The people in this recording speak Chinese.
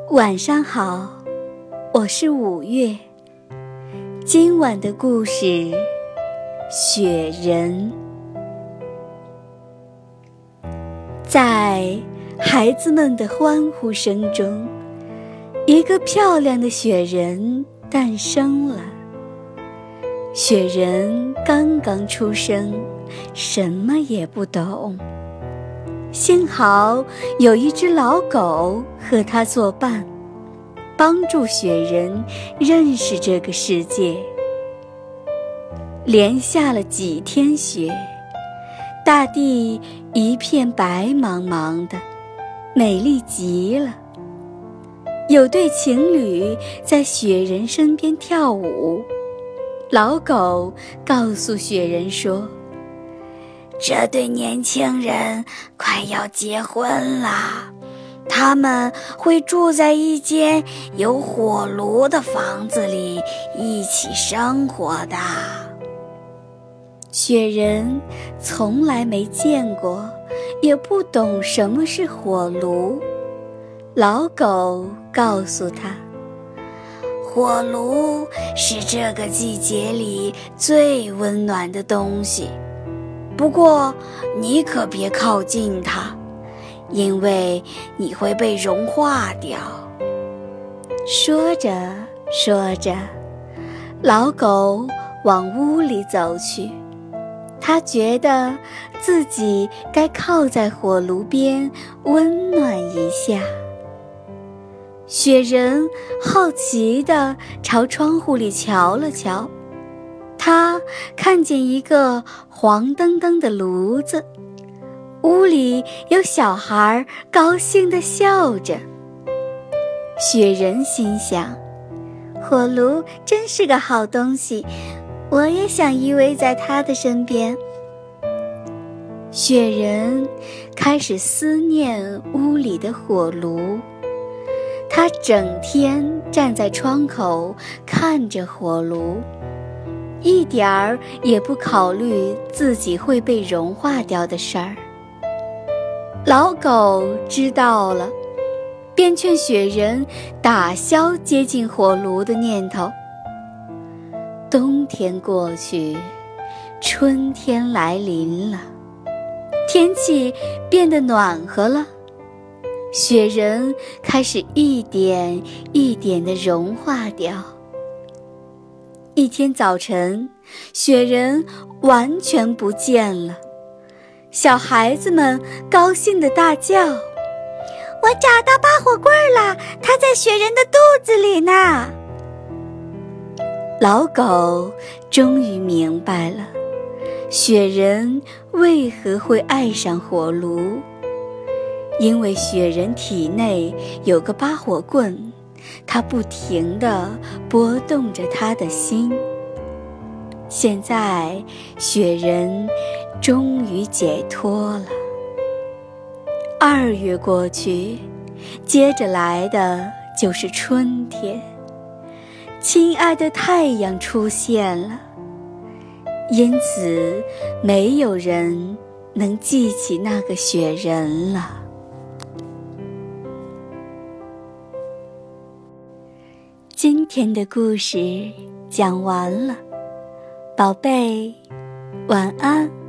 晚上好，我是5月。今晚的故事，雪人。在孩子们的欢呼声中，一个漂亮的雪人诞生了。雪人刚刚出生，什么也不懂。幸好有一只老狗和他作伴，帮助雪人认识这个世界。连下了几天雪，大地一片白茫茫的，美丽极了。有对情侣在雪人身边跳舞，老狗告诉雪人说， 这对年轻人快要结婚了，他们会住在一间有火炉的房子里一起生活的。 雪人从来没见过，也不懂什么是火炉。老狗告诉他， 火炉是这个季节里最温暖的东西，不过你可别靠近它，因为你会被融化掉。 说着说着，老狗往屋里走去，他觉得自己该靠在火炉边温暖一下。雪人好奇地朝窗户里瞧了瞧，他看见一个黄澄澄的炉子，屋里有小孩高兴地笑着。雪人心想，火炉真是个好东西，我也想依偎在他的身边。雪人开始思念屋里的火炉，他整天站在窗口看着火炉，一点儿也不考虑自己会被融化掉的事儿。老狗知道了，便劝雪人打消接近火炉的念头。冬天过去，春天来临了，天气变得暖和了，雪人开始一点一点地融化掉。一天早晨，雪人完全不见了，小孩子们高兴地大叫， 我找到拔火棍了，它在雪人的肚子里呢。 老狗终于明白了，雪人为何会爱上火炉，因为雪人体内有个拔火棍，它不停地拨动着他的心。现在雪人终于解脱了。2月过去，接着来的就是春天。亲爱的太阳出现了，因此没有人能记起那个雪人了。今天的故事讲完了，宝贝，晚安。